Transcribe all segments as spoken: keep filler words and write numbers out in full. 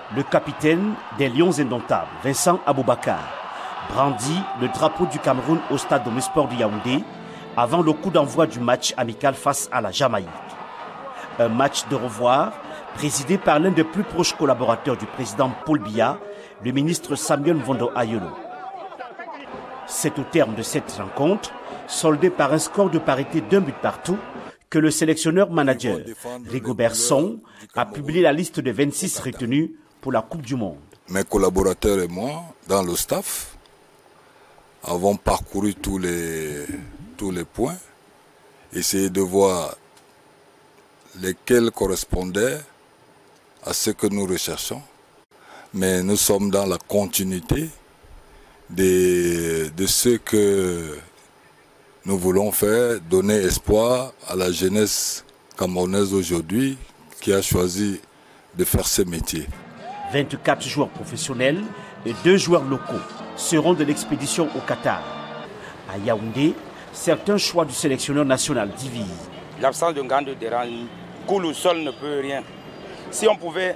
Le capitaine des Lions indomptables, Vincent Aboubakar, brandit le drapeau du Cameroun au stade Omnisport de Yaoundé avant le coup d'envoi du match amical face à la Jamaïque. Un match de revoir présidé par l'un des plus proches collaborateurs du président Paul Biya, le ministre Samuel Mvondo Ayolo. C'est au terme de cette rencontre, soldée par un score de parité d'un but partout, que le sélectionneur-manager Rigobert Song a publié la liste des vingt-six retenus pour la Coupe du Monde. Mes collaborateurs et moi, dans le staff, avons parcouru tous les, tous les points, essayé de voir lesquels correspondaient à ce que nous recherchons. Mais nous sommes dans la continuité de, de ce que nous voulons faire, donner espoir à la jeunesse camerounaise aujourd'hui qui a choisi de faire ce métier. vingt-quatre joueurs professionnels et deux joueurs locaux seront de l'expédition au Qatar. À Yaoundé, certains choix du sélectionneur national divisent. L'absence de Ngando dérange. Koulou seul ne peut rien. Si on pouvait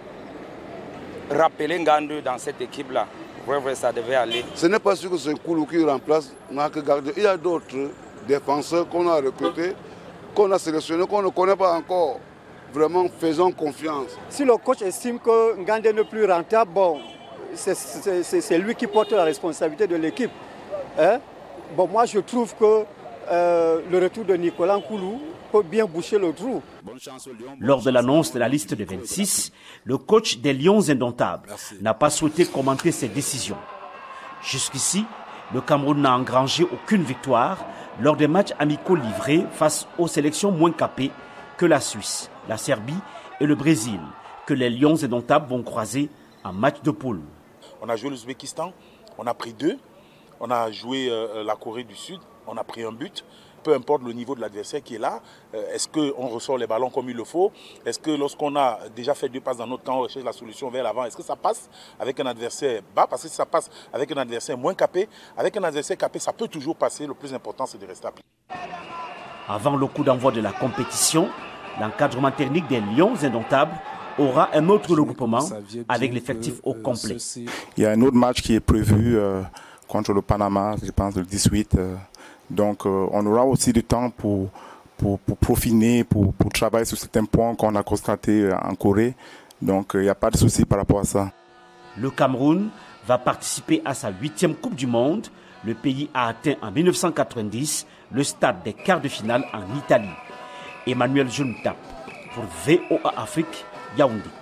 rappeler Ngando dans cette équipe-là, vrai, vrai, ça devait aller. Ce n'est pas sûr que c'est Koulou qui remplace Ngando. Il y a d'autres défenseurs qu'on a recrutés, qu'on a sélectionnés, qu'on ne connaît pas encore. Vraiment, faisons confiance. Si le coach estime que Ngando n'est plus rentable, bon, c'est lui qui porte la responsabilité de l'équipe. Hein? Bon, moi, je trouve que euh, le retour de Nicolas Koulou peut bien boucher le trou. Lors de l'annonce de la liste de vingt-six, le coach des Lions indomptables n'a pas souhaité commenter ces décisions. Jusqu'ici, le Cameroun n'a engrangé aucune victoire lors des matchs amicaux livrés face aux sélections moins capées que la Suisse, la Serbie et le Brésil, que les Lions indomptables vont croiser en match de poule. On a joué l'Ouzbékistan, on a pris deux. On a joué euh, la Corée du Sud, on a pris un but. Peu importe le niveau de l'adversaire qui est là, euh, est-ce qu'on ressort les ballons comme il le faut? Est-ce que lorsqu'on a déjà fait deux passes dans notre camp, on recherche la solution vers l'avant? Est-ce que ça passe avec un adversaire bas? Parce que si ça passe avec un adversaire moins capé, avec un adversaire capé, ça peut toujours passer. Le plus important, c'est de rester appliqué. Avant le coup d'envoi de la compétition, l'encadrement technique des Lions indomptables aura un autre regroupement avec l'effectif au complet. Il y a un autre match qui est prévu euh, contre le Panama, je pense le dix-huit. Euh, donc euh, on aura aussi du temps pour, pour, pour profiner, pour, pour travailler sur certains points qu'on a constatés en Corée. Donc il euh, n'y a pas de souci par rapport à ça. Le Cameroun va participer à sa huitième Coupe du Monde. Le pays a atteint en mille neuf cent quatre-vingt-dix le stade des quarts de finale en Italie. Emmanuel Juntap pour V O A Afrique, Yaoundé.